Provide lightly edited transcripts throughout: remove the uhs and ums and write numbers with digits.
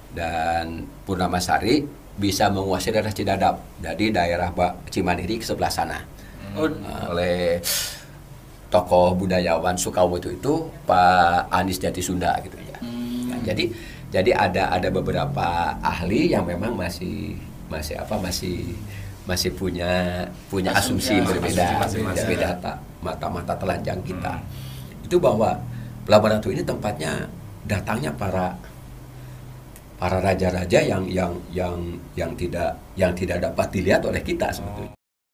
Dan Purnamasari bisa menguasai daerah Cidadap, jadi daerah Cimaniri ke sebelah sana. Oleh tokoh budayawan Sukawoto itu Pak Anis Jatisunda gitu ya. Nah, jadi ada beberapa ahli yang memang masih punya asumsi berbeda, mata telanjang kita. Itu bahwa Pelabuhan Ratu ini tempatnya datangnya para raja-raja yang tidak dapat dilihat oleh kita sebetulnya.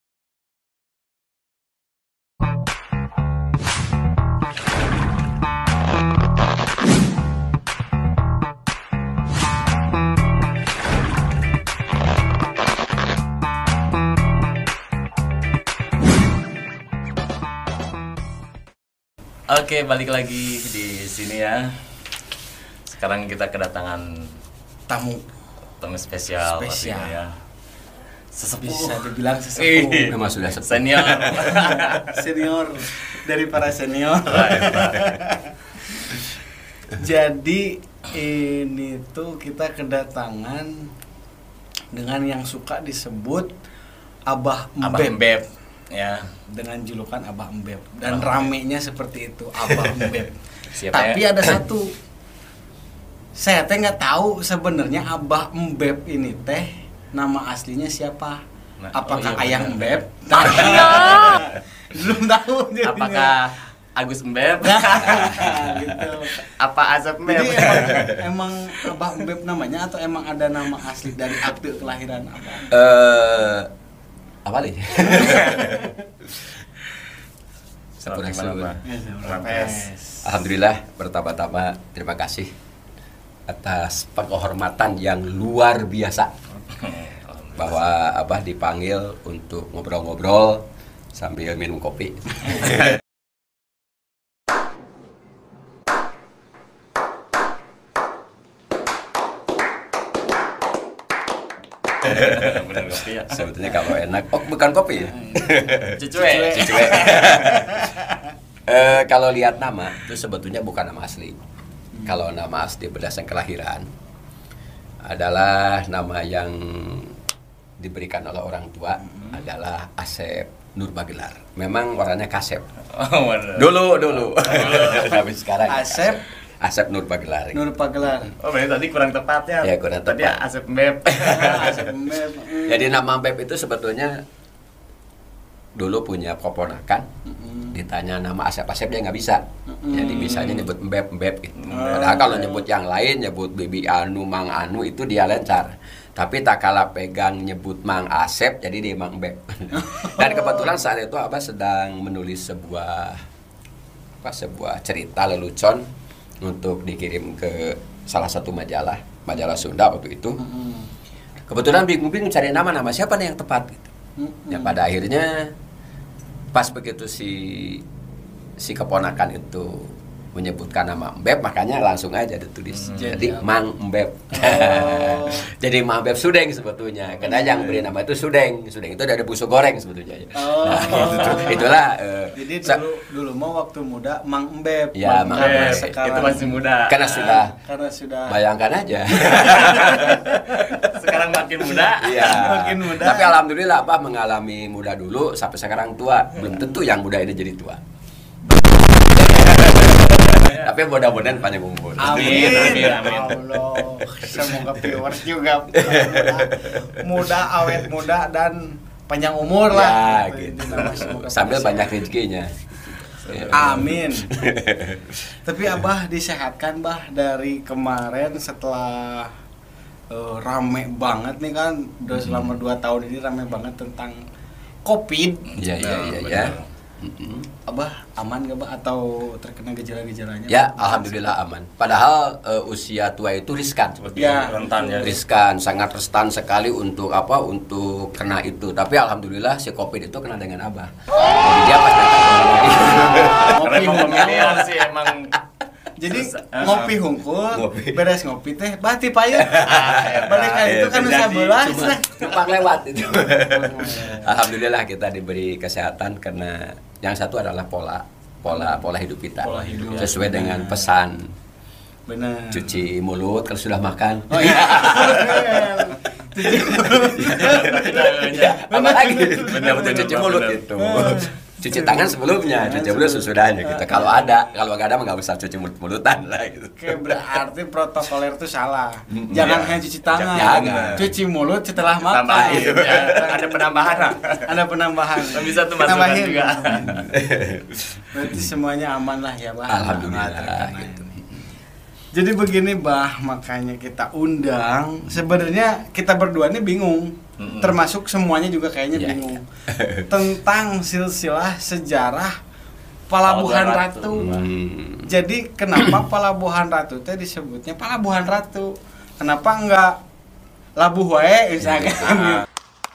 Oke, balik lagi di sini ya. Sekarang kita kedatangan tamu spesial ya. Sesepuh. Bisa dibilang sesepuh. Memang sudah sepuh. Senior. Senior dari para senior. Jadi ini tuh kita kedatangan dengan yang suka disebut Abah Mbeb. Ya, dengan julukan Abah Mbeb dan ramenya seperti itu Abah Mbeb. Siapa tapi ya? Ada satu, saya teh nggak tahu sebenarnya Abah Mbeb ini teh nama aslinya siapa. Apakah Ayah Mbeb? Belum tahu jadinya. Apakah Agus Mbeb? Gitu. Apa Azab Mbeb? Jadi emang Abah Mbeb namanya atau emang ada nama asli dari akte kelahiran Abah? Apa nih? Alhamdulillah, pertama-tama terima kasih atas penghormatan yang luar biasa bahwa Abah dipanggil untuk ngobrol-ngobrol sambil minum kopi. Bener kopi ya. Sebetulnya kalau enak, bukan kopi ya. Cucuek. Kalau lihat nama itu sebetulnya bukan nama asli. Kalau nama asli berdasarkan kelahiran adalah nama yang diberikan oleh orang tua adalah Asep Nurbagelar. Memang orangnya Kasep. Oh, bener. Dulu. Tapi sekarang Asep Nurbagelar. Nurbagelar. Oh, berarti tadi kurang tepatnya. Ya, kurang tepat. Tadi Asep Mbeb. Asep Mbeb. Jadi nama Mbeb itu sebetulnya dulu punya keponakan. Ditanya nama Asep dia nggak bisa. Jadi bisanya nyebut Mbeb gitu. Padahal kalau nyebut yang lain, nyebut Bibi Anu, Mang Anu itu dia lancar. Tapi tak kalah pegang nyebut Mang Asep, jadi dia Mang Mbeb. Dan kebetulan saat itu Abah sedang menulis sebuah cerita lelucon untuk dikirim ke salah satu majalah Sunda waktu itu. Kebetulan bingung cari nama siapa nih yang tepat gitu. Ya pada akhirnya pas begitu si keponakan itu menyebutkan nama Mbeb, makanya langsung aja ditulis jadi Mang Mbeb. Jadi Mang Mbeb Sudeng sebetulnya, karena yang beri nama itu Sudeng itu dari busu goreng sebetulnya. Nah, gitu. Itulah jadi dulu mau waktu muda Mang Mbeb. Ya, Mang Mbeb. Itu masih muda. Karena sudah bayangkan aja. Sekarang makin muda. Iya. Makin muda. Tapi alhamdulillah Abah mengalami muda dulu sampai sekarang tua. Belum tentu yang muda ini jadi tua. Tapi mudah-mudahan panjang umur. Amin. Allah. Semoga viewers juga muda, awet muda dan panjang umur lah. Ya, gitu. Sambil banyak rezekinya. Amin. Tapi Abah disehatkan Bah dari kemarin setelah rame banget nih kan, udah selama 2 tahun ini rame banget tentang COVID. Iya. Abah aman gak Bah atau terkena gejala-gejalanya? Ya, alhamdulillah aman. Padahal usia tua itu riskan Ya, rentan ya. Riskan, sangat rentan sekali untuk kena itu. Tapi alhamdulillah si COVID itu kena dengan Abah. Jadi dia pas datang Karena emang pemilihan sih emang. Jadi ngopi hungkul, beres ngopi teh bati payah. Balik itu kan sabelah. Numpang lewat itu. Alhamdulillah kita diberi kesehatan karena yang satu adalah pola hidup kita. Pola hidup. Sesuai dengan pesan Benar. Cuci mulut kalau sudah makan. Oh iya. Ya, apa lagi? Benar, Betul, benar, cuci mulut benar. itu. Cuci tangan sebelumnya, cuci mulut sesudahnya gitu. Kalau nggak ada nggak usah cuci mulut-mulutan lah gitu. Oke, berarti protokoler itu salah. Jangan hanya cuci tangan. Jangan. Cuci mulut setelah makan. Tambahin. Ya, ada penambahan. Ada penambahan. Bisa tuh masukan Tambahin. juga. Berarti semuanya aman lah ya, Bah. Alhamdulillah, Terkena gitu. ini. Jadi begini, Bah, makanya kita undang. Sebenarnya kita berdua ini bingung. Termasuk semuanya juga kayaknya Iya, bingung. Tentang silsilah sejarah Palabuhan Palabuhan Ratu. Hmm. Jadi kenapa Palabuhan Ratu teh disebutnya Palabuhan Ratu? Kenapa enggak Labuh wae misalkan?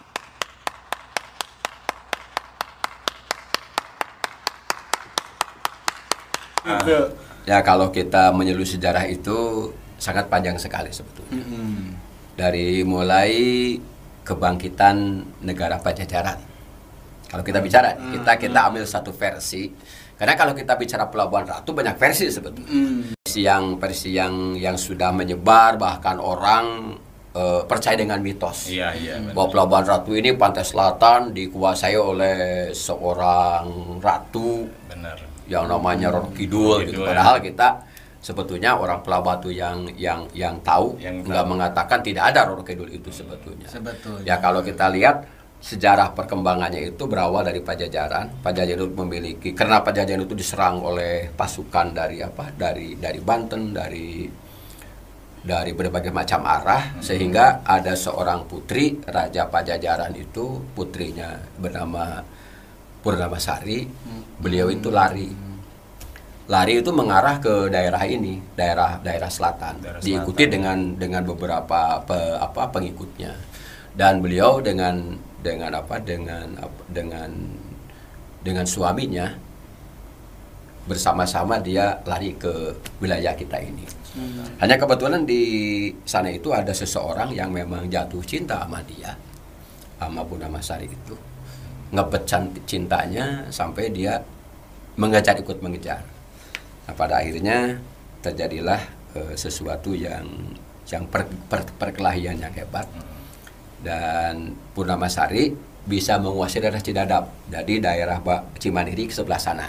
Gitu. Ya kalau kita menyelusuri sejarah itu sangat panjang sekali sebetulnya. Dari mulai kebangkitan negara Pajajaran. Kalau kita bicara, kita ambil satu versi. Karena kalau kita bicara Pelabuhan Ratu banyak versi sebetulnya. Versi yang sudah menyebar, bahkan orang percaya dengan mitos. Iya, benar. Bahwa Pelabuhan Ratu ini pantai selatan dikuasai oleh seorang ratu Benar. yang namanya Roro Kidul gitu. Kidul, Padahal kita sebetulnya orang Pelabuhan Ratu yang tahu nggak mengatakan tidak ada Roro Kidul itu sebetulnya. Sebetulnya. Ya kalau kita lihat sejarah perkembangannya itu berawal dari Pajajaran. Pajajaran itu memiliki, karena Pajajaran itu diserang oleh pasukan dari Banten, dari berbagai macam arah, sehingga ada seorang putri Raja Pajajaran itu, putrinya bernama Purnamasari. Beliau itu lari itu mengarah ke daerah ini, daerah selatan, diikuti dengan beberapa pengikutnya, dan beliau dengan suaminya bersama-sama dia lari ke wilayah kita ini. Hanya kebetulan di sana itu ada seseorang yang memang jatuh cinta sama dia, sama Purnamasari itu, ngepet cintanya sampai dia ikut mengejar. Nah, pada akhirnya terjadilah sesuatu yang perkelahian yang hebat, dan Purnamasari bisa menguasai daerah Cidadap, jadi daerah Cimaniri ke sebelah sana.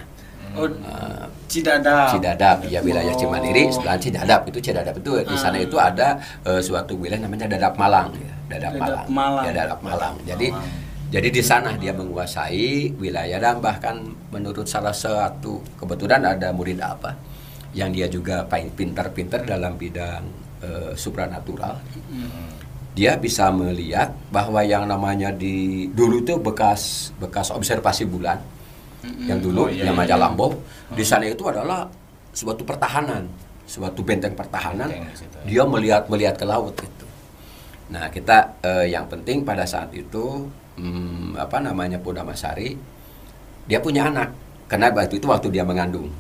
Cidadap, ya wilayah Cimaniri sebelah Cidadap itu di sana itu ada suatu wilayah namanya Dadap Malang, ya. Dadap Malang. Jadi di sana dia menguasai wilayah, dan bahkan menurut salah satu, kebetulan ada murid yang dia juga pintar-pintar dalam bidang supranatural. Dia bisa melihat bahwa yang namanya dulu itu bekas observasi bulan yang dulu namanya Lambo. Di sana itu adalah suatu pertahanan, suatu benteng pertahanan. Dia melihat ke laut itu. Nah, kita yang penting pada saat itu Purnamasari dia punya anak, karena waktu dia mengandung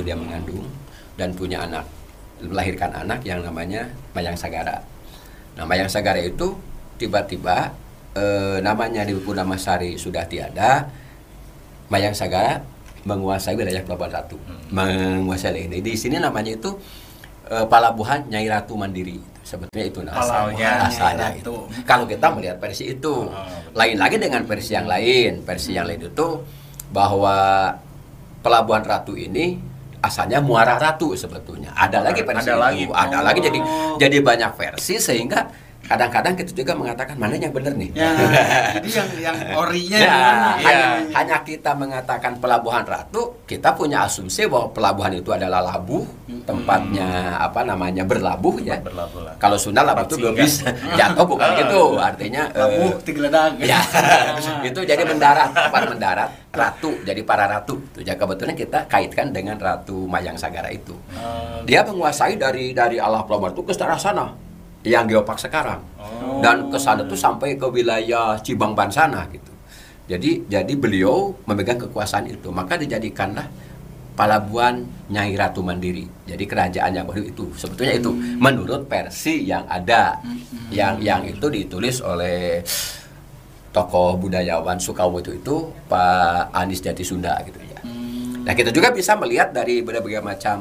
dan punya anak, melahirkan anak yang namanya Mayang Sagara. Nah, Mayang Sagara itu tiba-tiba namanya di Purnamasari sudah tiada, Mayang Sagara menguasai wilayah Pelabuhan Ratu, menguasai ini. Di sini namanya itu Palabuhan Nyai Ratu Mandiri. Sebetulnya itu asalnya itu. Kalau kita melihat versi itu, lain lagi dengan versi yang lain. Versi yang lain itu bahwa Pelabuhan Ratu ini asalnya Muara Ratu sebetulnya. Ada lagi versi itu. Ada lagi, jadi banyak versi, sehingga kadang-kadang kita juga mengatakan mana yang benar nih. Ya, jadi yang orinya hanya kita mengatakan Pelabuhan Ratu, kita punya asumsi bahwa pelabuhan itu adalah labuh, tempatnya berlabuh ya. Kalau Sunda labuh itu belum bisa jatuh, bukan gitu. Artinya labuh digeledag. Ya. Itu jadi tempat mendarat ratu, jadi para ratu. Itu ya, kebetulan kita kaitkan dengan Ratu Mayang Sagara itu. Dia menguasai dari alah Pelabuhan itu ke arah sana, yang Geopark sekarang, dan ke sana tuh sampai ke wilayah Cibangban sana gitu. Jadi beliau memegang kekuasaan itu, maka dijadikanlah Palabuhan Nyai Ratu Mandiri. Jadi kerajaan yang baru itu sebetulnya itu menurut versi yang ada, yang itu ditulis oleh tokoh budayawan Sukawo itu Pak Anis Jati Sunda gitu ya. Nah, kita juga bisa melihat dari berbagai macam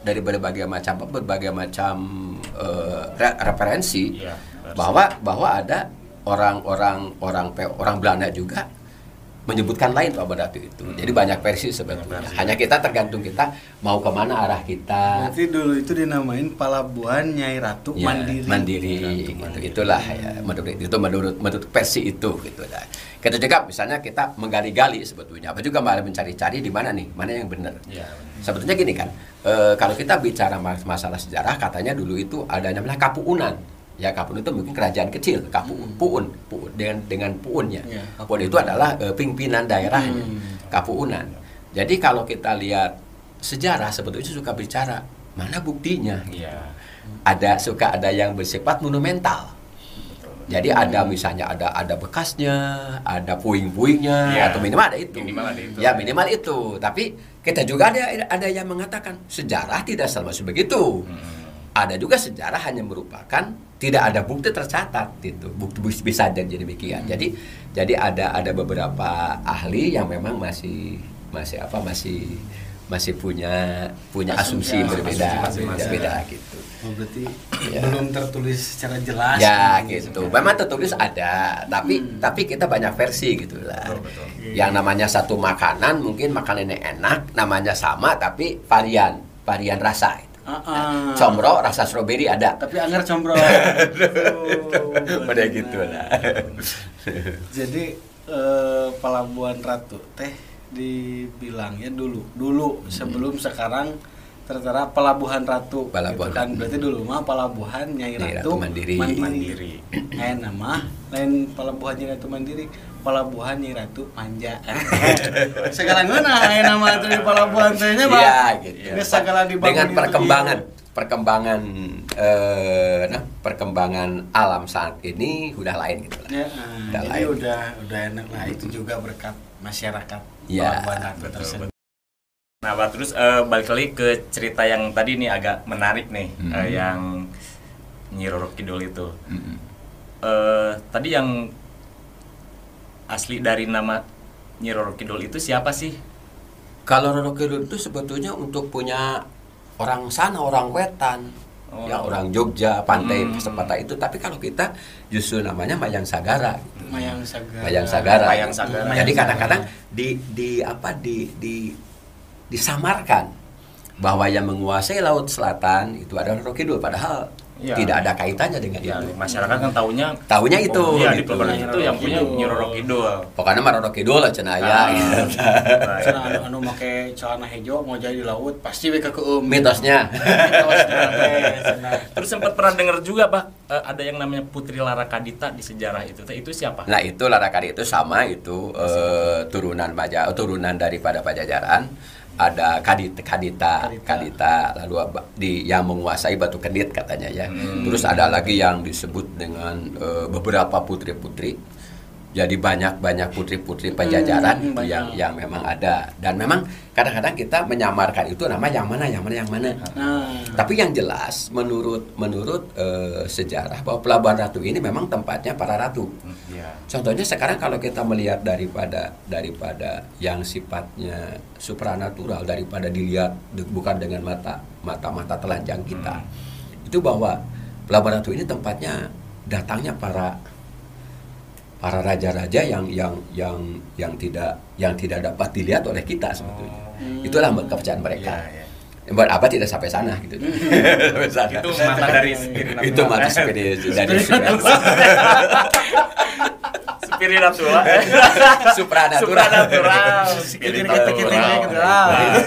dari berbagai macam referensi Iya, bahwa ada orang Belanda juga menyebutkan lain Pelabuhan Ratu itu. Jadi banyak versi sebetulnya. Hanya kita tergantung kita mau kemana arah kita. Berarti dulu itu dinamain Pelabuhan Nyai Ratu Ya, Mandiri. Mandiri gitu. Itulah ya menurut versi itu gitu lah. Kita juga misalnya kita menggali-gali sebetulnya apa juga malah mencari-cari di mana nih, mana yang benar. Iya. Sebetulnya gini kan, kalau kita bicara masalah sejarah katanya dulu itu ada namanya Kapuunan. Ya Kapuun itu mungkin kerajaan kecil, Puun dengan Puunnya. Ya, Puun itu adalah pimpinan daerahnya, Kapuunan. Jadi kalau kita lihat sejarah sebetulnya suka bicara mana buktinya. Iya. Ada yang bersifat monumental. Jadi ada misalnya ada bekasnya, ada puing-puingnya, Ya, atau minimal ada itu. minimal ada itu. Ya minimal itu. Tapi kita juga ada yang mengatakan sejarah tidak selalu begitu. Ada juga sejarah hanya merupakan tidak ada bukti tercatat gitu. Bukti bisa jadi demikian. Jadi ada beberapa ahli yang memang masih punya asumsi berbeda gitu. Oh, berarti Ya. belum tertulis secara jelas. Ya gitu. Memang tertulis ada, tapi kita banyak versi gitu lah. Betul. Yang namanya satu makanan mungkin makanannya enak, namanya sama tapi varian rasa. Comro rasa stroberi ada. Tapi anggar combro. Pada gitu lah. Jadi Pelabuhan Ratu teh dibilangnya dulu sebelum sekarang tertera Pelabuhan Ratu. Pelabuhan gitu kan. Ratu. Berarti dulu mah Pelabuhan Nyai Nyai Ratu Ratu Mandiri. Nama lain Pelabuhan Nyai Ratu Mandiri, Pelabuhan Nyai Ratu Manja. Sekarang mana nama dari pelabuhan tehnya, Pak? Iya gitu. Ini segala dibangun Dengan itu, perkembangan alam saat ini udah lain gitu lah. Ya, Udah jadi lain. udah enak lah, itu juga berkat masyarakat Ya, Pelabuhan Ratu betul, tersebut. Nah, Pak, terus balik lagi ke cerita yang tadi nih agak menarik nih, yang Nyi Roro Kidul itu. Tadi yang asli dari nama Nyi Roro Kidul itu siapa sih? Kalau Roro Kidul itu sebetulnya untuk punya orang sana, orang Wetan, ya orang Jogja, pantai Pasepata itu. Tapi kalau kita justru namanya Mayang Sagara. Mayang Sagara. Mayang Sagara. Mayang Sagara. Jadi kadang-kadang disamarkan bahwa yang menguasai Laut Selatan itu adalah Roro Kidul, padahal Ya. tidak ada kaitannya dengan Ya, itu. masyarakat kan taunya itu. Iya, di gitu. Pelabuhan itu yang punya Nyi Roro Kidul. Pokoknya mah Roro Kidul lah cenah aya. gitu. Sana anu make celana hijau mau jadi di laut pasti we ke Mitosnya. Terus sempat pernah dengar juga, Pak, ada yang namanya Putri Lara Kadita di sejarah itu. Itu siapa? Nah itu Larakadi itu sama itu turunan daripada Pajajaran. Ada Kadita lalu yang menguasai Batu Kendit katanya ya. Terus ada lagi yang disebut dengan beberapa putri-putri. Jadi banyak putri-putri Pajajaran yang memang ada, dan memang kadang-kadang kita menyamarkan itu nama yang mana. Tapi yang jelas menurut sejarah bahwa Pelabuhan Ratu ini memang tempatnya para ratu. Ya. Contohnya sekarang kalau kita melihat daripada yang sifatnya supranatural, daripada dilihat bukan dengan mata telanjang kita, itu bahwa Pelabuhan Ratu ini tempatnya datangnya para raja-raja yang tidak dapat dilihat oleh kita sebetulnya. Itulah kepercayaan mereka. Ya. Buat apa tidak sampai sana gitu. Itu mata dari Spirit Itu mata dari Spirinatural. supranatural. Spirinatural.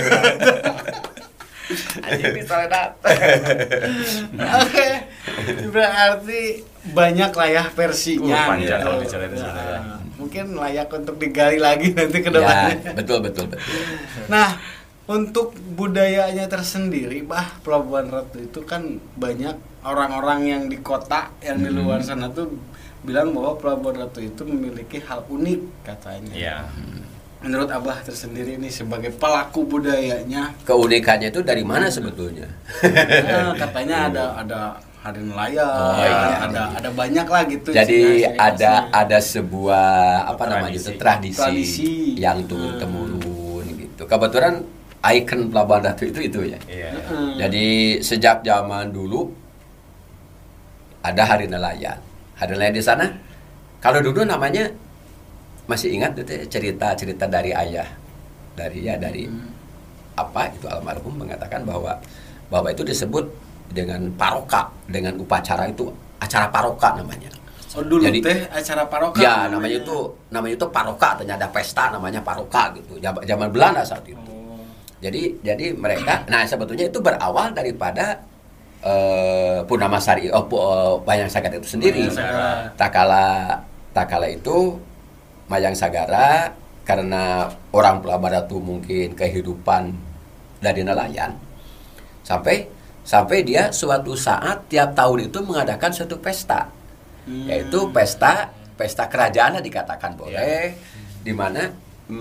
Anjing misalnya. Oke. Berarti banyak lah ya versinya. Panjang gitu. kalau bicara di sana ya. Mungkin layak untuk digali lagi nanti ke Ya, depannya. betul. Nah, untuk budayanya tersendiri, Pelabuhan Ratu itu kan banyak orang-orang yang di kota, yang di luar sana tuh bilang bahwa Pelabuhan Ratu itu memiliki hal unik katanya. Iya. Menurut Abah tersendiri nih sebagai pelaku budayanya, Keunikannya itu dari mana sebetulnya? katanya ada hari nelayan, Oh, iya. ada banyak lah gitu. Jadi ciri ada sebuah Tradisi. tradisi yang turun temurun gitu. Kebetulan ikon Pelabuhan Ratu itu ya. Iya. Jadi sejak zaman dulu ada hari nelayan. Hari nelayan di sana. Kalau dulu namanya masih ingat itu cerita-cerita dari ayah, dari apa itu almarhum mengatakan bahwa itu disebut dengan paroka, dengan upacara itu acara paroka namanya. Oh dulu Jadi, teh acara paroka. Ya namanya itu paroka, ternyata ada pesta namanya paroka gitu. Zaman Belanda saat itu. Jadi mereka, nah sebetulnya itu berawal daripada Purnamasari, Mayang Sagara itu sendiri. Tak kala itu Mayang Sagara karena orang Pelabuhan Ratu mungkin kehidupan dari nelayan sampai dia suatu saat tiap tahun itu mengadakan suatu pesta, yaitu pesta kerajaan dikatakan boleh, di mana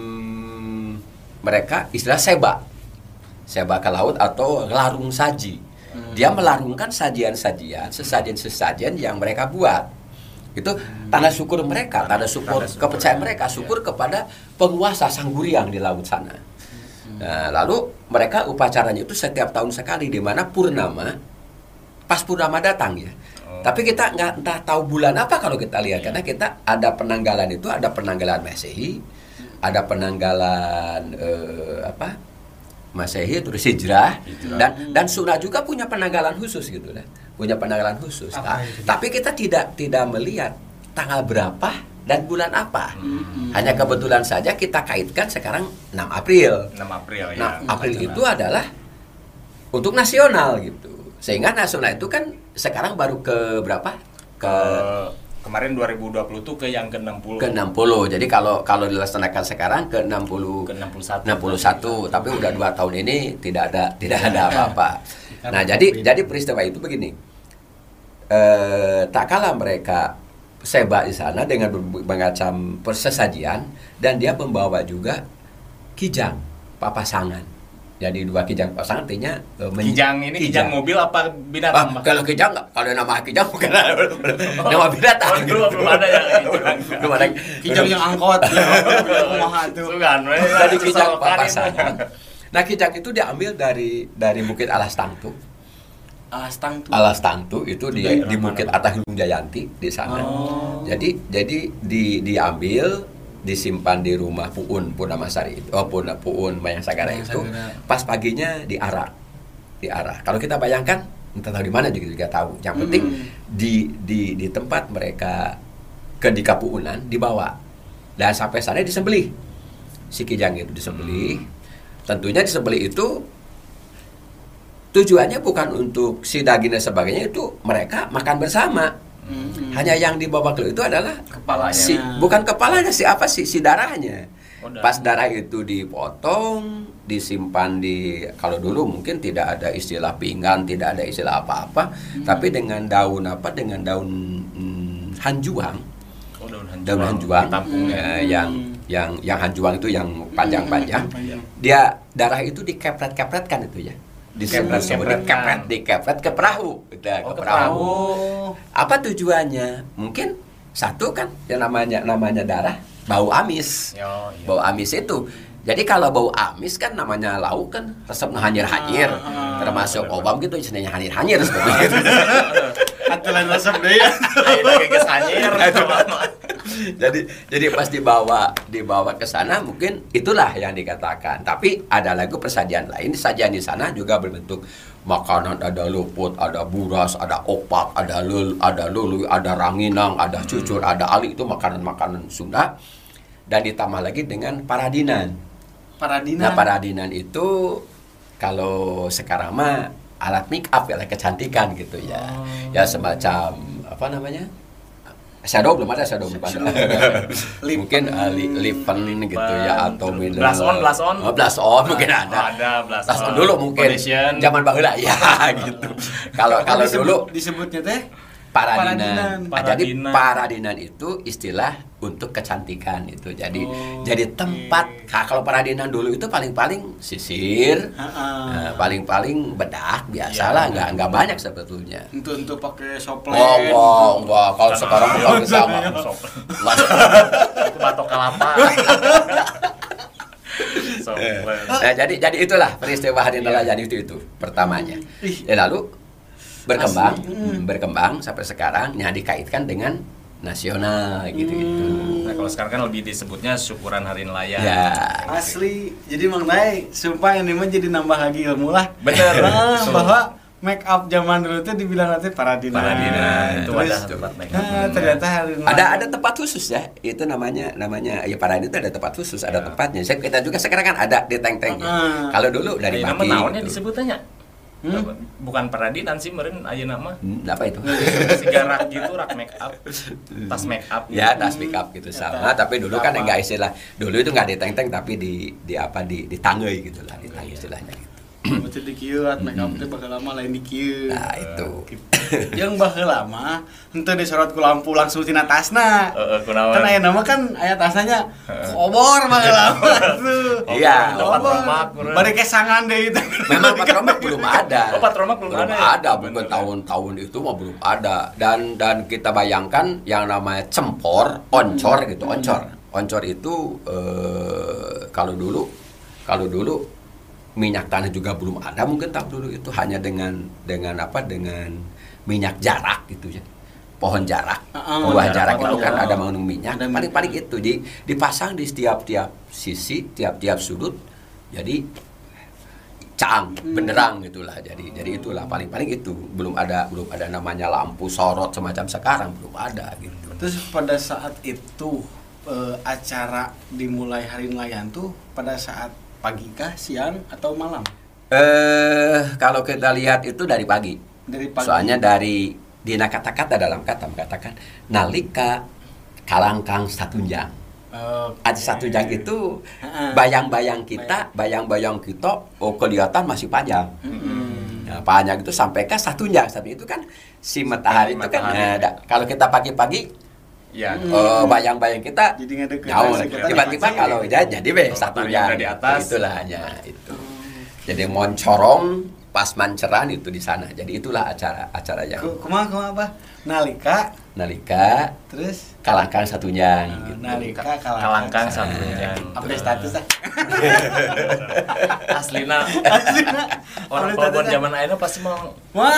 mereka istilah seba ke laut atau larung saji. Dia melarungkan sesajen yang mereka buat. Itu tanda syukur mereka, tanda syukur kepercayaan mereka, syukur kepada penguasa Sangguriang di laut sana. Nah, lalu mereka upacaranya itu setiap tahun sekali, di mana pas purnama datang ya. Tapi kita entah tahu bulan apa kalau kita lihat, karena kita ada penanggalan itu, ada penanggalan Masehi, ada penanggalan Masehi terus Hijrah, dan Sunda juga punya penanggalan khusus gitu lah. Punya penanggalan khusus. Nah, tapi kita tidak melihat tanggal berapa dan bulan apa. Hanya kebetulan saja kita kaitkan sekarang 6 April. 6 April ya. Nah, April itu adalah untuk nasional gitu. Sehingga nasional itu kan sekarang baru ke berapa? Kemarin 2020 tuh ke yang ke-60. Ke-60. Jadi kalau dilaksanakan sekarang ke-60 ke-61, tapi udah 2 tahun ini tidak ada apa-apa. Nah, jadi peristiwa itu begini. Tak kalah mereka seba di sana dengan bermacam persesajian, dan dia membawa juga kijang papasangan. Jadi 2 kijang pasangan artinya kijang mobil apa binatang? Kalau kijang kalau nama kijang bukan nama binatang. Belum ada yang belum ada kijang yang angkot. Kumaha tuh. Jadi kijang papasangan. Nah, kijang itu diambil dari Bukit Alas Tangtu. Alas Tangtu itu di Bukit Atas Gunung Jayanti di sana. Jadi diambil, disimpan di rumah Puun Purnamasari itu, Puun Mayang Sagara itu. Pas paginya diarak. Kalau kita bayangkan, entah tahu di mana juga tahu. Yang penting di tempat mereka di Kapuunan dibawa, dan sampai sana disembelih. Si kijang itu disembelih. Tentunya disembelih itu tujuannya bukan untuk si daging dan sebagainya, itu mereka makan bersama. Hanya yang dibawa ke itu adalah kepalanya. Bukan kepalanya, si darahnya. Pas darah itu dipotong, disimpan kalau dulu mungkin tidak ada istilah pinggan, tidak ada istilah apa-apa, tapi dengan daun hanjuang. Daun hanjuang. Yang hanjuang itu yang panjang-panjang. Dia darah itu dikepret-kepretkan itu ya. Dikepret ke perahu. Ke perahu. Apa tujuannya? Mungkin satu kan yang namanya darah, bau amis. Bau amis itu. Jadi kalau bau amis kan namanya lauk kan resep hanyir-hanyir. Termasuk obam gitu istilahnya hanyir-hanyir seperti itu. Aturan resep deh ya. Ayo geus hanyir. Jadi pas dibawa ke sana mungkin itulah yang dikatakan. Tapi ada lagi persajian lain. Sajian di sana juga berbentuk makanan, ada luput, ada buras, ada opak, ada lulu, ada ranginang, ada cucur, ada ali, itu makanan-makanan Sunda. Dan ditambah lagi dengan paradinan. Nah, paradinan itu kalau sekarang mah alat make up, alat kecantikan gitu ya. Ya semacam apa namanya? Shadow belum ada. Mungkin lipen gitu ya, atau blush on mungkin ada. Blush on dulu mungkin foundation. Zaman baheula ya gitu. Kalau dulu disebutnya teh paradinan. Jadi paradinan itu istilah untuk kecantikan itu. Jadi tempat. Kalau paradinan dulu itu paling-paling sisir, paling-paling bedak biasalah, nggak banyak sebetulnya. Untuk pakai soplen. Enggak. Kalau sekarang bukan sama. Itu batok kelapa. Nah, jadi itulah peristiwa hari nelayan itu pertamanya. Lalu berkembang sampai sekarang dikaitkan dengan nasional gitu. Nah, kalau sekarang kan lebih disebutnya syukuran hari nelayan. Ya. Asli. Jadi Mang Nay, sumpah ini mah jadi nambah lagi ilmu lah. Bener. Bahwa make up zaman dulu tuh dibilang nanti Paradina. Itu ada tempat make up. Ternyata hari nelayan. Ada tempat khusus ya. Itu namanya ya Paradina itu ada tempat khusus, ada tempatnya. Kita juga sekarang kan ada di tank-tanknya. Kalau dulu dari nama pagi. naonnya disebutnya? Bukan Paradinan sih meureun ayeuna mah. Apa itu? Sigarak gitu, rak make up. Tas make up. Ya, tas make up gitu sama. Tapi dulu kan enggak istilah. Dulu itu enggak di tank-tank tapi di tanggeuy gitu lah, di tanggeuy istilahnya gitu. Macam di kieu make up teh bakal lama lain di kieu. Nah, itu. Yang baheula mah henteu disorot ku lampu langsung tina tasna. Kunaon? Kan aya nama kan aya tasna obor baheula mah tuh. Iya, patromak. Bari kesangan deui itu. Memang patromak belum ada. Patromak belum ada. Ada, bukan tahun-tahun itu mah belum ada. Dan kita bayangkan yang namanya cempor, oncor gitu, oncor. Oncor itu kalau dulu minyak tanah juga belum ada, mungkin tahun dulu itu hanya dengan minyak jarak gitu ya, pohon jarak, buah jarak itu kan ada mengandung minyak, paling itu dipasang di tiap sisi, tiap sudut, jadi caang, benderang gitulah, jadi itulah paling itu belum ada namanya lampu sorot semacam sekarang, belum ada gitu. Terus pada saat itu acara dimulai hari nelayan tuh pada saat pagi kah, siang atau malam? Kalau kita lihat itu dari pagi. Dari pagi. Soalnya dina kata-kata dalam kata mengatakan nalika kalangkang satunjang. Ada satunjang itu bayang-bayang kita kelihatan masih panjang. Nah, panjang itu sampai ke satunjang. Tapi itu kan si matahari itu kan kalau kita pagi-pagi ya, bayang-bayang kita jauh. Tiba-tiba kalau jadi satunjang di atas itulah hanya itu. Jadi moncorong pas manceran itu di sana. Jadi itulah acara yang kumaha apa? Nalika terus kalangkang satunjang gitu. Nalika kalangkang satunjang. Update status ah. Aslina orang pelabuhan zaman ayeuna pasti mau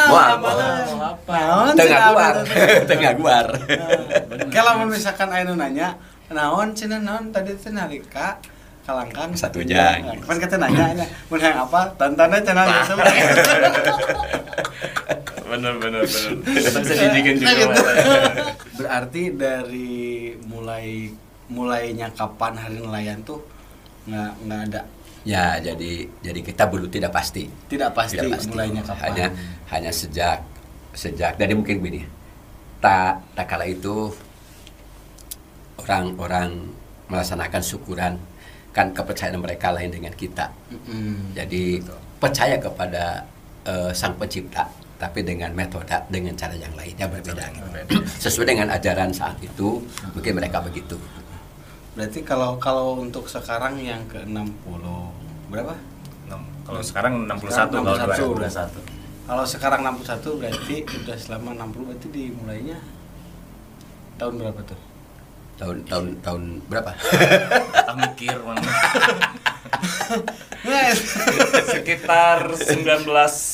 apa? Tengah guar. Kalau misalkan ayeuna nanya, naon cenah naon tadi teh nalika kalangkang satunjang. Kan kita nanya mun hayang apa? Tantana cenah biasa. Bener. Kita bisa didikin juga. Berarti dari mulainya kapan hari nelayan tuh nggak ada. Ya, jadi kita belum tidak pasti mulainya kapan. Hanya sejak dari mungkin begini. Tak kala itu orang melaksanakan syukuran kan kepercayaan mereka lain dengan kita. Jadi percaya kepada Sang Pencipta, tapi dengan metode, dengan cara yang lainnya berbeda. Gitu. Sesuai dengan ajaran saat itu, mungkin mereka begitu. Berarti kalau untuk sekarang yang ke 60 berapa? Kalau sekarang 61 kalau 2021. Kalau sekarang 61 berarti udah selama 60 berarti dimulainya tahun berapa tuh? Tahun berapa? Tak mikir mana. Sekitar 19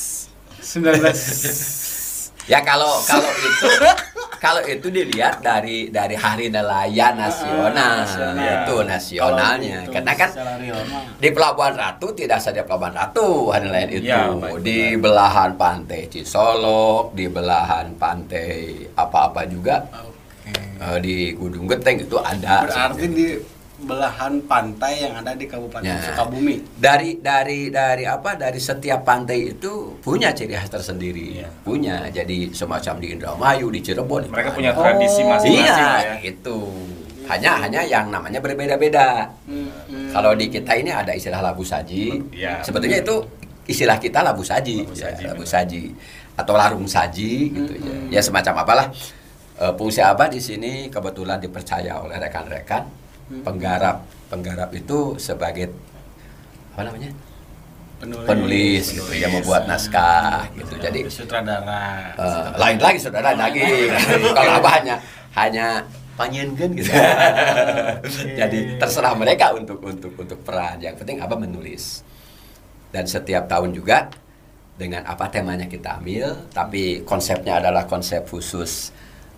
Ya kalau itu dilihat dari hari nelayan nasional, itu nasionalnya. Karena kan di Pelabuhan Ratu tidak saja Pelabuhan Ratu hari nelayan itu, di belahan pantai Cisolok, di belahan pantai apa-apa juga. Di Gunung Geteng itu ada. Berarti di belahan pantai yang ada di Kabupaten Sukabumi. Dari setiap pantai itu punya ciri khas tersendiri. Punya. Jadi semacam di Indramayu, di Cirebon. Mereka punya tradisi masing-masing ya. Itu. Hanya yang namanya berbeda-beda. Kalau di kita ini ada istilah labu saji. Sebetulnya itu istilah kita labu saji. Labu saji atau larung saji gitu ya. Ya semacam apalah. Fungsi Abah di sini kebetulan dipercaya oleh rekan-rekan penggarap itu sebagai apa namanya penulis gitu ya, membuat naskah gitu. Jadi sutradara lain lagi saudara lagi. Kalau Abah hanya panjenengan gitu. Okay. Jadi terserah mereka untuk peran. Yang penting Abah menulis. Dan setiap tahun juga dengan apa temanya kita ambil, tapi konsepnya adalah konsep khusus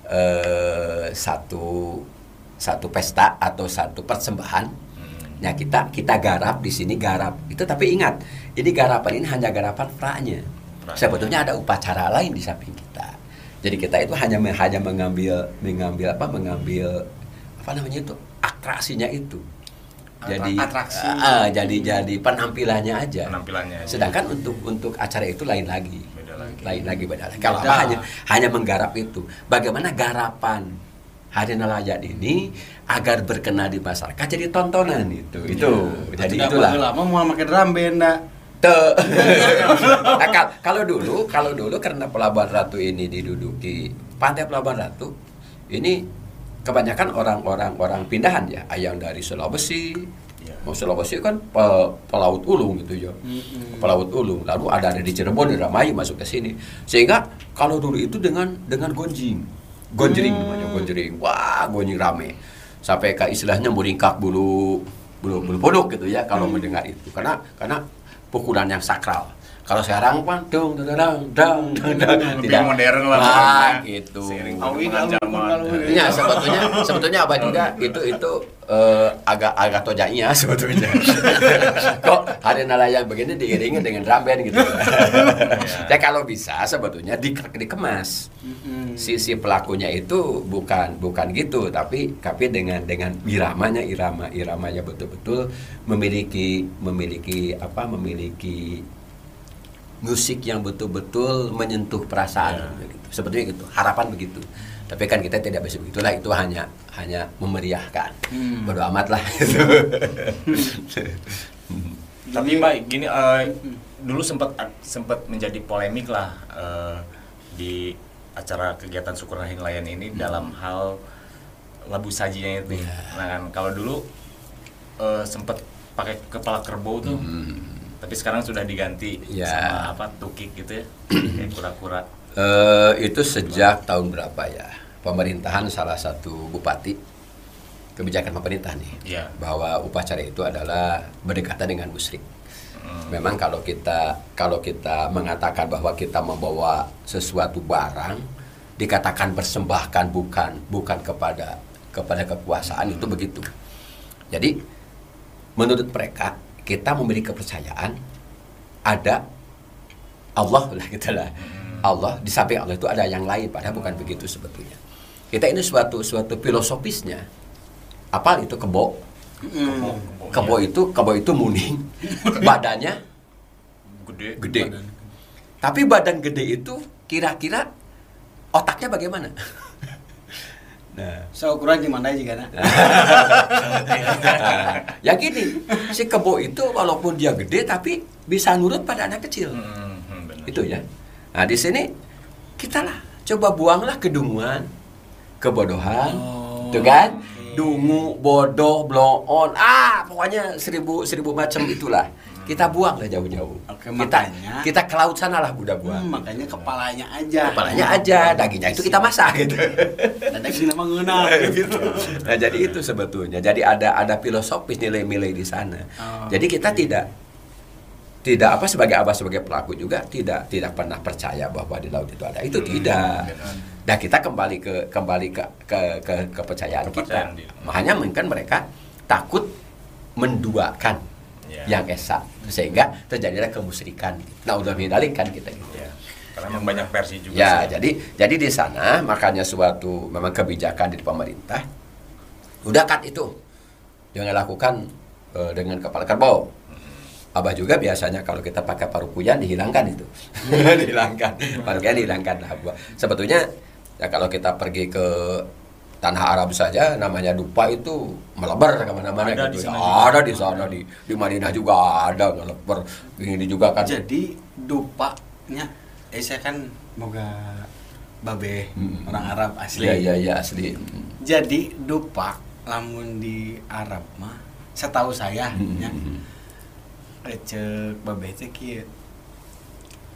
satu pesta atau satu persembahan. Ya kita garap di sini garap itu, tapi ingat ini garapan ini hanya garapan pra-nya. Sebetulnya ada upacara lain di samping kita. Jadi kita itu hanya mengambil apa namanya itu atraksinya itu. Jadi atraksi. Jadi penampilannya aja. Sedangkan untuk acara itu lain lagi. Beda lagi. Kalau apa hanya menggarap itu. Bagaimana garapan Hari Nelayan ini agar berkenan di masyarakat jadi tontonan itu. Jadi itulah. Lama mau pakai drum band Kalau dulu karena Pelabuhan Ratu ini diduduki pantai Pelabuhan Ratu ini kebanyakan orang pindahan ya, yang dari Sulawesi. Mau Sulawesi kan pelaut ulung gitu ya. Pelaut ulung. Lalu ada di Cirebon, di Indramayu masuk ke sini. Sehingga kalau dulu itu dengan gonjing namanya gonjring. Wah, gonjing rame. Sampai ke istilahnya meringkak bulu podok gitu ya kalau mendengar itu. Karena pukulan yang sakral. Kalau sekarang kan tidak modern lah gitu. Ya, sebetulnya Abah juga itu agak tojanya sebetulnya. Kok Hari Nelayan begini diiringi dengan drum band gitu. Ya kalau bisa sebetulnya dikemas. Sisi pelakunya itu bukan gitu, tapi dengan iramanya betul-betul memiliki musik yang betul-betul menyentuh perasaan gitu. Sebetulnya gitu, harapan begitu. Tapi kan kita tidak bisa begitulah, itu hanya memeriahkan. Bodo amat lah gitu. Tapi Mbak, gini dulu sempat menjadi polemik lah di acara kegiatan syukur Hari Nelayan ini dalam hal labu sajinya itu. Nah kan kalau dulu sempat pakai kepala kerbau tuh. Tapi sekarang sudah diganti sama tukik gitu ya, kayak kura-kura. Itu sejak tahun berapa ya? Pemerintahan salah satu bupati, kebijakan pemerintah nih, bahwa upacara itu adalah berdekatan dengan musyrik. Memang kalau kita mengatakan bahwa kita membawa sesuatu barang, dikatakan persembahkan bukan kepada kekuasaan, itu begitu. Jadi menurut mereka kita memiliki kepercayaan ada Allah lah gitu lah. Allah, di samping Allah itu ada yang lain, padahal bukan begitu sebetulnya. Kita ini suatu filosofisnya. Apa itu kebo? Kebo itu muning. Badannya gede. Tapi badan gede itu kira-kira otaknya bagaimana? Nah, ukuran gimana juga yang gini, si kebo itu walaupun dia gede tapi bisa nurut pada anak kecil. Itu ya. Nah, di sini kita lah coba buanglah kedunguan, kebodohan, tuh kan? Dungu, bodoh, bloon, pokoknya seribu macam itulah. Kita buang lah jauh-jauh. Kita ke laut sana lah udah buang. Makanya kepalanya aja, dagingnya itu kita masak gitu. Dan dagingnya mengenal gitu. Nah, jadi itu sebetulnya. Jadi ada filosofis nilai-nilai di sana. Jadi kita tidak sebagai pelaku juga tidak pernah percaya bahwa di laut itu ada. Itu tidak. Dan kita kembali ke kepercayaan kita. Makanya mungkin mereka takut menduakan yang esa, sehingga terjadilah kemusyrikan. Nah, udah mengendalikan kita gitu. Karena memang banyak versi juga. Ya, jadi di sana makanya suatu memang kebijakan di pemerintah. Udah cut itu. Jangan lakukan dengan kepala kerbau. Abah juga biasanya kalau kita pakai parukuyan dihilangkan itu. Dihilangkan. Parukuyan dihilangkan lah. Sebetulnya ya kalau kita pergi ke tanah Arab saja namanya dupa itu melebar kemana-mana gitu. Ada di sana di Madinah juga ada melebar. Ini juga kan. Jadi dupanya saya kan moga babe orang Arab asli. Iya asli. Jadi dupa lamun di Arab mah setahu saya nya cek babe teh kieu.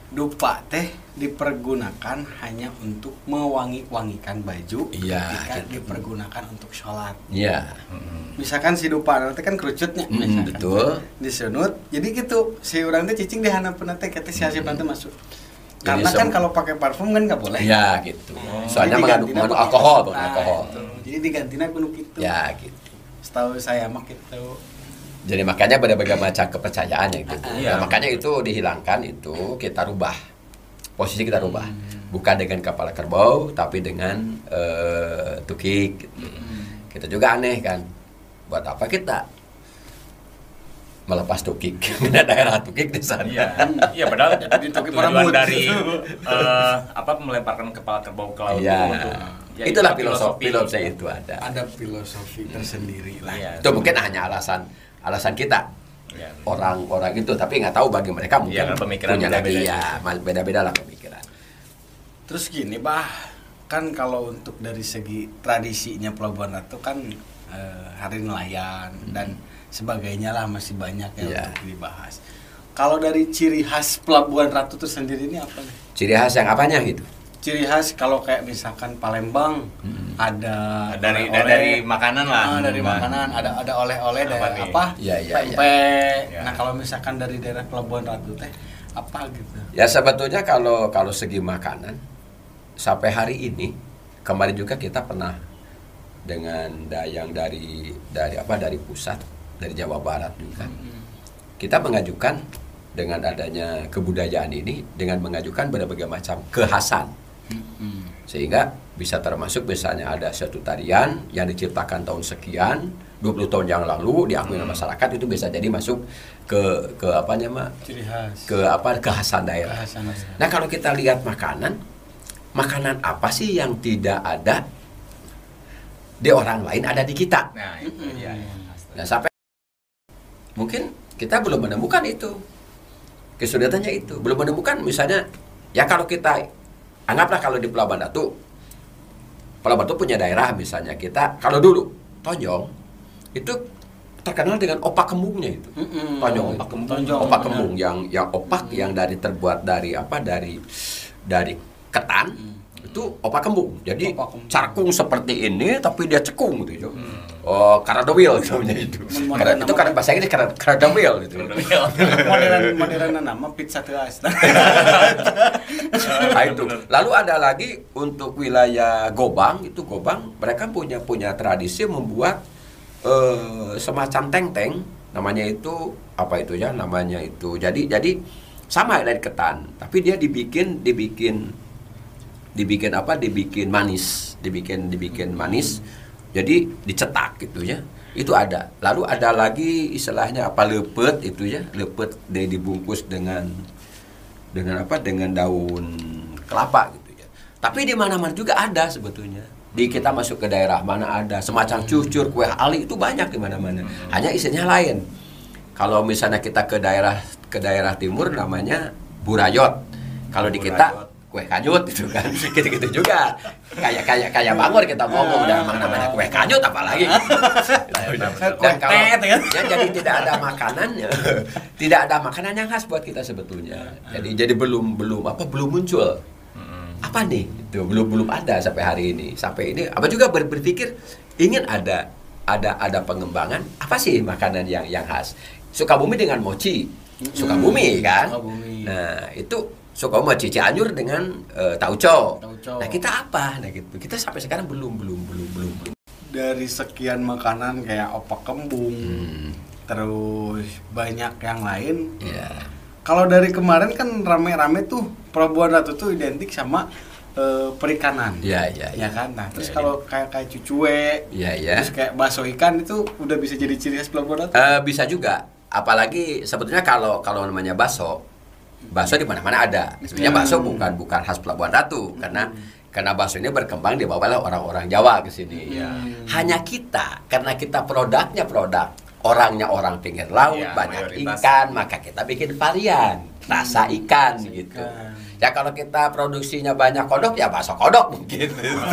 dupa teh dipergunakan hanya untuk mewangi-wangikan baju ketika dipergunakan untuk sholat. Iya. Misalkan si dupa nanti kan kerucutnya, betul. Disunut, jadi gitu si orang teh cicing di hanapeun teh kita si hasib nanti masuk. Karena kan kalau pakai parfum kan nggak boleh. Ya gitu. Soalnya mengandung alkohol, Jadi digantinya kudu gitu. Ya gitu. Setahu saya mah gitu. Jadi makanya berbagai macam kepercayaan ya gitu. Nah, makanya itu dihilangkan, itu kita rubah. Posisi kita rubah. Bukan dengan kepala kerbau tapi dengan tukik gitu. Kita juga aneh kan. Buat apa kita melepas tukik? Ada daerah tukik di sana. Iya, padahal tujuan dari melemparkan kepala kerbau ke laut untuk itulah filosofi itu ada. Ada filosofi tersendiri lah. Itu mungkin hanya alasan kita orang-orang itu, tapi nggak tahu bagi mereka mungkin punya beda-beda lah pemikiran. Terus gini kan kalau untuk dari segi tradisinya Pelabuhan Ratu kan hari nelayan dan sebagainya lah masih banyak yang untuk dibahas. Kalau dari ciri khas Pelabuhan Ratu itu sendiri ini apa nih? Ciri khas yang apanya gitu? Ciri khas kalau kayak misalkan Palembang ada dari makanan lah. Dari makanan ada oleh-oleh dari apa? Pempek. Nah, kalau misalkan dari daerah Pelabuhan Ratu teh apa gitu? Ya sebetulnya kalau segi makanan sampai hari ini, kemarin juga kita pernah dengan yang dari pusat, dari Jawa Barat juga. Kita mengajukan dengan adanya kebudayaan ini dengan mengajukan berbagai macam kekhasan. Sehingga bisa termasuk misalnya ada satu tarian yang diciptakan tahun sekian 20 tahun yang lalu diakui oleh masyarakat, itu bisa jadi masuk ke ciri khas, kekhasan daerah. Nah, kalau kita lihat makanan apa sih yang tidak ada di orang lain ada di kita? Nah, itu dia. Nah, sampai mungkin kita belum menemukan itu. Kesulitannya itu belum menemukan, misalnya ya kalau kita anggaplah kalau di Pelabuhan Ratu punya daerah, misalnya kita kalau dulu Tonjong itu terkenal dengan opak kembungnya itu. Tonjong opak kembung yang opak yang terbuat dari ketan. Itu opak kembung. Jadi carkung seperti ini tapi dia cekung gitu. Karadawil namanya itu. Itu karena bahasa Inggris karadawil gitu. Modern nama pizza teras. Nah, itu. Lalu ada lagi untuk wilayah Gobang, mereka punya tradisi membuat semacam teng-teng, namanya itu namanya itu. Jadi sama dari ketan, tapi dia dibikin manis, dibikin manis. Jadi dicetak gitu ya. Itu ada. Lalu ada lagi istilahnya lepet itu ya. Lepet dibungkus dengan daun kelapa gitu ya. Tapi di mana-mana juga ada sebetulnya. Di kita masuk ke daerah mana ada semacam cucur, kue ali itu banyak di mana-mana. Hanya isinya lain. Kalau misalnya kita ke daerah timur namanya burayot. Kalau di kita kue kanyut gitu kan, gitu juga. Kayak Bangor kita ngomong namanya kue kanyut apalagi. Dan kalau jadi tidak ada makanan yang khas buat kita sebetulnya. Jadi belum muncul. Apa nih? Itu belum ada sampai hari ini. Sampai ini apa juga berpikir ingin ada pengembangan apa sih makanan yang khas. Sukabumi dengan mochi. Sukabumi kan? Nah, itu Sukabumi Cianjur dengan tauco. Nah, kita apa? Nah, gitu. Kita sampai sekarang belum. Dari sekian makanan kayak opak kembung, terus banyak yang lain. Kalau dari kemarin kan rame-rame tuh Pelabuhan Ratu tuh identik sama perikanan. Ya kan? Nah, terus kalau kayak cucue, terus kayak bakso ikan itu udah bisa jadi ciri khas Pelabuhan Ratu? Bisa juga. Apalagi sebetulnya kalau namanya bakso di mana-mana ada. Sebenarnya bakso bukan khas Pelabuhan Ratu karena bakso ini berkembang dibawa oleh orang-orang Jawa ke sini. Hanya karena kita produknya orangnya orang pinggir laut, banyak ikan, maka kita bikin varian rasa ikan gitu. Ya kalau kita produksinya banyak kodok ya bakso kodok mungkin.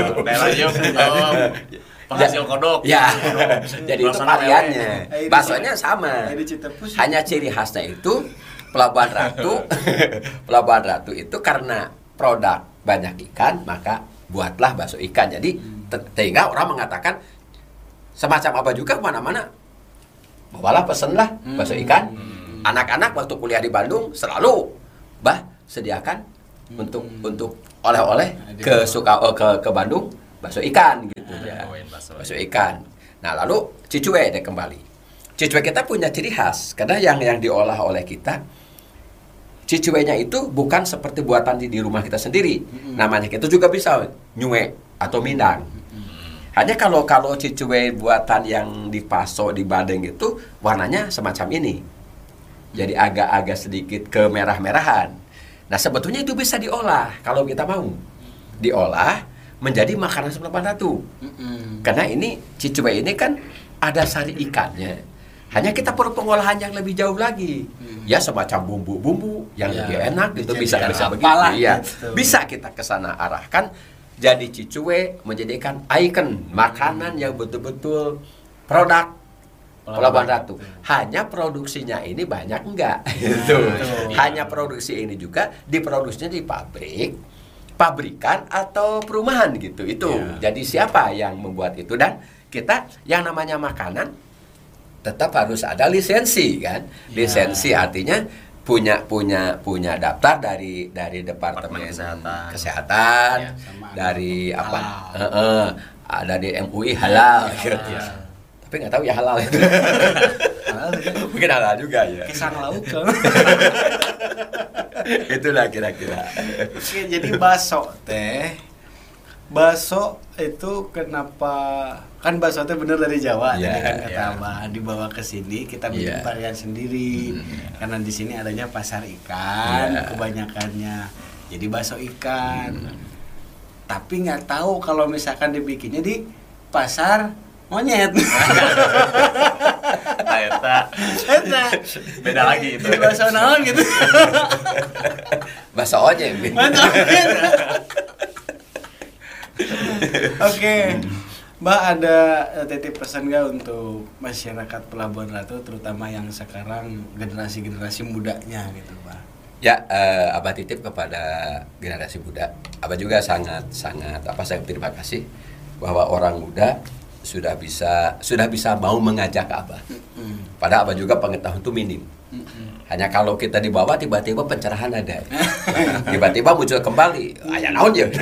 Penghasil kodok. Ya. Jadi itu variannya. Baksonya sama. Hanya ciri khasnya itu Pelabuhan Ratu, Pelabuhan Ratu itu karena produk banyak ikan, maka buatlah bakso ikan. Jadi sehingga orang mengatakan semacam apa juga kemana-mana, bawalah pesenlah bakso ikan. Anak-anak waktu kuliah di Bandung selalu sediakan untuk oleh-oleh ke Bandung bakso ikan gitu ya. Bakso ikan. Nah, lalu Cicue deh kembali. Cicue kita punya ciri khas karena yang diolah oleh kita Cicuenya itu bukan seperti buatan di rumah kita sendiri. Namanya kita juga bisa nyue atau mindang. Hanya kalau cicue buatan yang di Paso di Badeng itu warnanya semacam ini. Jadi agak-agak sedikit kemerah-merahan. Nah, sebetulnya itu bisa diolah kalau kita mau. Diolah menjadi makanan Pelabuhan Ratu. Karena ini cicue ini kan ada sari ikannya. Hanya kita perlu pengolahan yang lebih jauh lagi. Ya semacam bumbu-bumbu yang lebih enak gitu bisa begitu. Iya. Gitu. Bisa kita ke sana arahkan jadi cicue menjadikan ikon makanan yang betul-betul produk Pelabuhan Ratu. Hanya produksinya ini banyak enggak gitu. Hanya produksi ini juga diproduksinya di pabrikan atau perumahan gitu. Itu. Jadi siapa yang membuat itu dan kita yang namanya makanan tetap harus ada lisensi kan. Lisensi artinya punya daftar dari Departemen Kesehatan dari halal. Dari MUI halal gitu. Tapi nggak tahu ya halal itu. Mungkin halal juga ya. Kisang lauk kan. Itulah kira-kira. Oke, jadi bakso itu kenapa kan bakso itu bener dari Jawa tadi kan kata Abah dibawa ke sini kita bikin varian sendiri karena di sini adanya pasar ikan kebanyakannya jadi bakso ikan tapi nggak tahu kalau misalkan dibikinnya di pasar monyet. Eta beda lagi itu. Bakso naon gitu. Bakso onyet. Oke, Mbak ada titip pesan nggak untuk masyarakat Pelabuhan Ratu terutama yang sekarang generasi mudanya gitu, Mbak? Ya, Abah titip kepada generasi muda. Abah juga sangat saya terima kasih bahwa orang muda sudah bisa mau mengajak Abah. Padahal Abah juga pengetahuan itu minim. Hanya kalau kita dibawa tiba-tiba pencerahan ada. Tiba-tiba muncul kembali. Aya naon ya.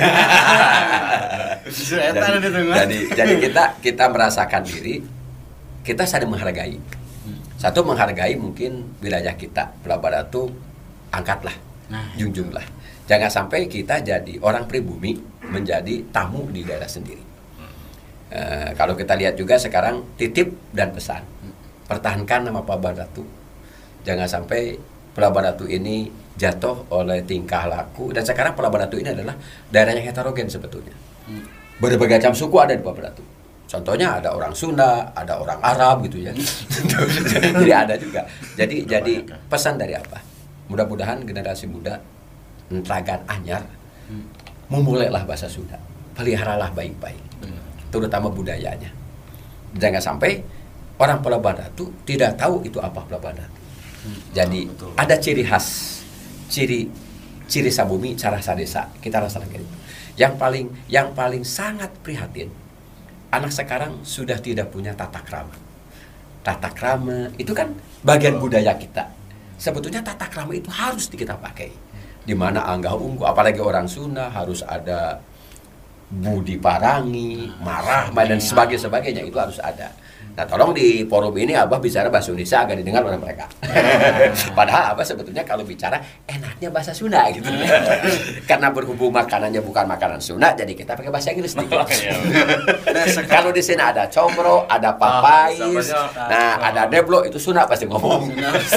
Jadi kita merasakan diri kita saling menghargai. Satu menghargai mungkin wilayah kita, Pelabuhan Ratu, angkatlah, junjunglah. Jangan sampai kita jadi orang pribumi menjadi tamu di daerah sendiri. Kalau kita lihat juga sekarang titip dan pesan. Pertahankan nama Pelabuhan Ratu. Jangan sampai Pelabuhan Ratu ini jatuh oleh tingkah laku dan sekarang Pelabuhan Ratu ini adalah daerah yang heterogen sebetulnya. Berbagai macam suku ada di Pelabuhan Ratu. Contohnya ada orang Sunda, ada orang Arab gitu ya. Jadi ada juga. Jadi pesan dari apa? Mudah-mudahan generasi muda Ntragan anyar memulailah bahasa Sunda. Peliharalah baik-baik. Terutama budayanya. Jangan sampai orang Pelabuhan Ratu tidak tahu itu apa Pelabuhan Ratu. Jadi ada ciri khas, ciri sabumi, cara sadesa. Kita rasakan itu. Yang paling sangat prihatin. Anak sekarang sudah tidak punya tata krama. Tata krama itu kan bagian budaya kita. Sebetulnya tata krama itu harus kita pakai. Di mana anggah unggu, apalagi orang Sunda harus ada budi parangi, marah dan sebagainya itu harus ada. Nah, tolong di forum ini Abah bicara bahasa Indonesia agar didengar oleh mereka. Padahal Abah sebetulnya kalau bicara enaknya bahasa Sunda gitu. Karena berhubung makanannya bukan makanan Sunda, jadi kita pakai bahasa Inggris dikit. Kalau di sini ada combro, ada papais, nah ada deblo itu Sunda pasti ngomong.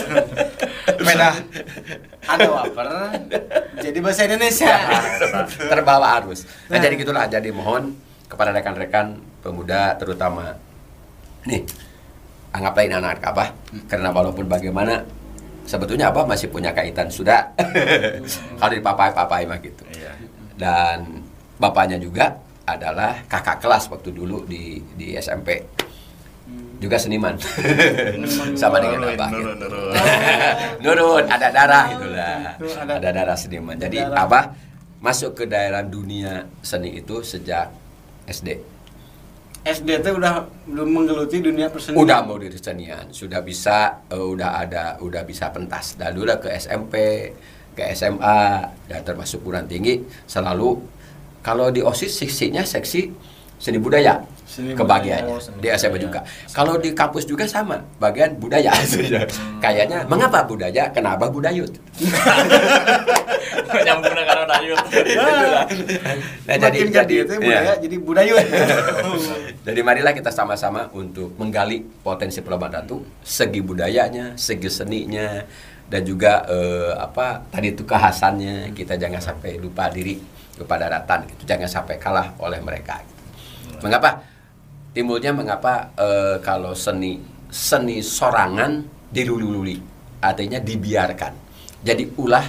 Beda. Ada waper, jadi bahasa Indonesia. Terbawa arus. Nah, jadi gitulah. Jadi mohon kepada rekan-rekan pemuda terutama nih, anggaplah ini anak Abah, karena walaupun bagaimana sebetulnya Abah masih punya kaitan sudah kalau di papai mah gitu. Dan bapaknya juga adalah kakak kelas waktu dulu di SMP. juga seniman. Sama dengan Abah. Nurun. Nurun, ada darah itulah. Ada Ada darah seniman. Jadi darah. Abah masuk ke daerah dunia seni itu sejak SD. SD teh udah belum menggeluti dunia persenian. Udah mau di kesenian, sudah bisa udah bisa pentas. Dan dulu ke SMP, ke SMA, dan termasuk perguruan tinggi selalu kalau di OSIS seksi seni budaya. Seni Kebagiannya budaya. Oh, seni di SMA budaya. juga. Kalau di kampus juga sama, bagian budaya. Kayaknya mengapa budaya? Kenapa budayut? Nyambung dengan Dayut. Nah, Makin jadi itu budaya iya. jadi budayut. Jadi marilah kita sama-sama untuk menggali potensi Pelabuhan Ratu, segi budayanya, segi seninya, dan juga tadi itu kekhasannya. Kita jangan sampai lupa diri, lupa daratan gitu. Jangan sampai kalah oleh mereka. Gitu. Mengapa? Timbulnya mengapa kalau seni sorangan dilululi, artinya dibiarkan. Jadi ulah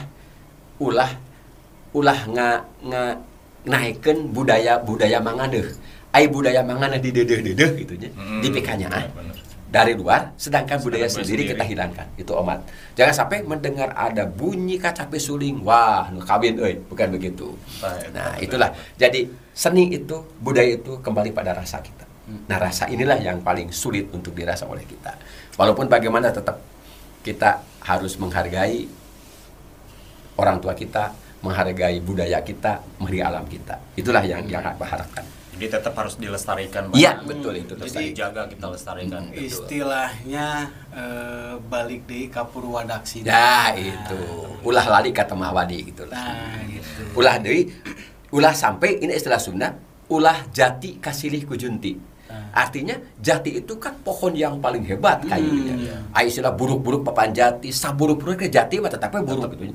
naikkan budaya manganeuh. Ai budaya manganeuh didedeh gitu nya. Dipikanya dari luar, sedangkan budaya sendiri kita hilangkan. Itu Omat. Jangan sampai mendengar ada bunyi kacape suling, wah nu kawin euy, bukan begitu. Nah, itulah. Jadi seni itu, budaya itu kembali pada rasa kita. Nah, rasa inilah yang paling sulit untuk dirasa oleh kita. Walaupun bagaimana tetap kita harus menghargai orang tua kita, menghargai budaya kita, menghargai alam kita. Itulah yang aku harapkan. Jadi tetap harus dilestarikan, Pak. Iya, betul itu. Jadi jaga kita lestarikan. Istilahnya balik di Kapurwadaksi. Ya, itu. Ulah lali kata Mahwadi gitu lah. Nah, gitu. Ulah sampai ini istilah Sunda, ulah jati kasilih kujunti. Artinya jati itu kan pohon yang paling hebat kayunya. Istilah buruk-buruk papan jati, saburuk-buruk ke jati mah tetapi buruk gitu.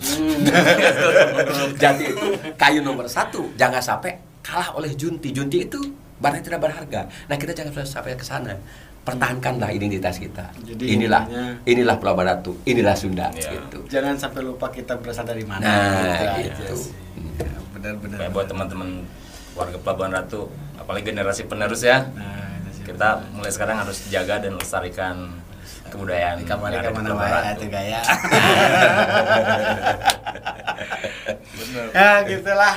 Jati itu kayu nomor 1, jangan sampai kalah oleh junti. Junti itu barang tidak berharga. Nah, kita jangan sampai ke sana. Pertahankanlah identitas kita. Jadi inilah Pelabuhan Ratu, inilah Sunda gitu. Jangan sampai lupa kita berasal dari mana. Nah, Gitu gitu. aja sih. Benar-benar. Kayak buat teman-teman warga Pelabuhan Ratu, apalagi generasi penerus ya. Nah, Kita mulai sekarang harus jaga dan lestarikan kebudayaan. kemana yang ada di kemana Pelabuhan wae Ratu. atuh gaya. Bener. Ya, gitulah.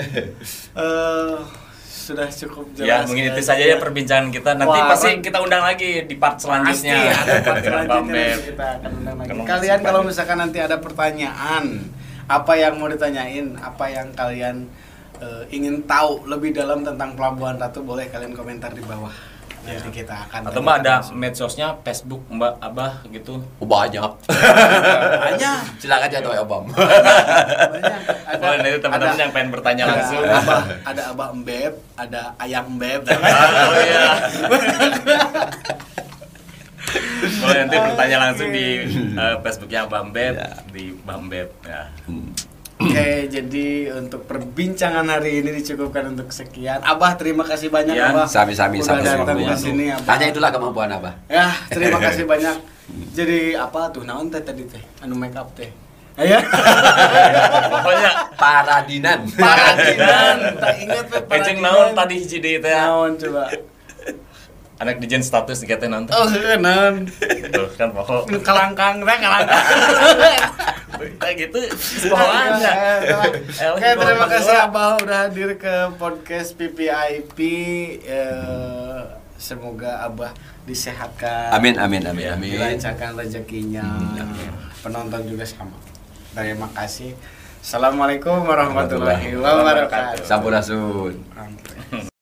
Sudah cukup jelas. Ya, mungkin itu saja ya perbincangan kita. Nanti Wah, pasti kita undang lagi di part selanjutnya. Pasti ada part Dengan selanjutnya Bang Beb. nanti kita akan undang lagi. Kalau Kalian masih kalau banyak. misalkan nanti ada pertanyaan, apa yang mau ditanyain, apa yang kalian ingin tahu lebih dalam tentang Pelabuhan Ratu, boleh kalian komentar di bawah. Nanti kita akan Atau Mbak ada medsosnya, Facebook Mbak Abah gitu. Banyak. banyak. Silakan aja tuh ya, Bang. Banyak. Oh, nanti teman-teman yang pengen bertanya langsung. Ada Abah Mbeb, ada Ayang Mbeb. Oh iya. Boleh nanti bertanya langsung di Facebooknya Bang Beb, di Bang Beb ya. Oke, jadi untuk perbincangan hari ini dicukupkan untuk sekian. Abah, terima kasih banyak, Ya, Abah. Sami-sami, Udah datang sama-sama. ke sini, Abah. Hanya itulah kemampuan Abah. Ya, terima kasih banyak. Jadi apa tuh naon teh tadi teh? Anu make up teh. Aya. Pokoknya Paradinan. Paradinan. Tak ingat we Eceng naon tadi hiji deui teh. Naon coba. Anak dijen status di naon teh. Oh, naon. Tuh kan pokok. Kalangkang teh kalangkang. Kayak gitu sekolahannya. Oke, terima kasih Abah udah hadir ke podcast PPIP. Semoga Abah disehatkan. Amin. Dilancarkan rezekinya. Penonton juga sama. Terima kasih. Assalamualaikum warahmatullahi wabarakatuh. Sampurasun.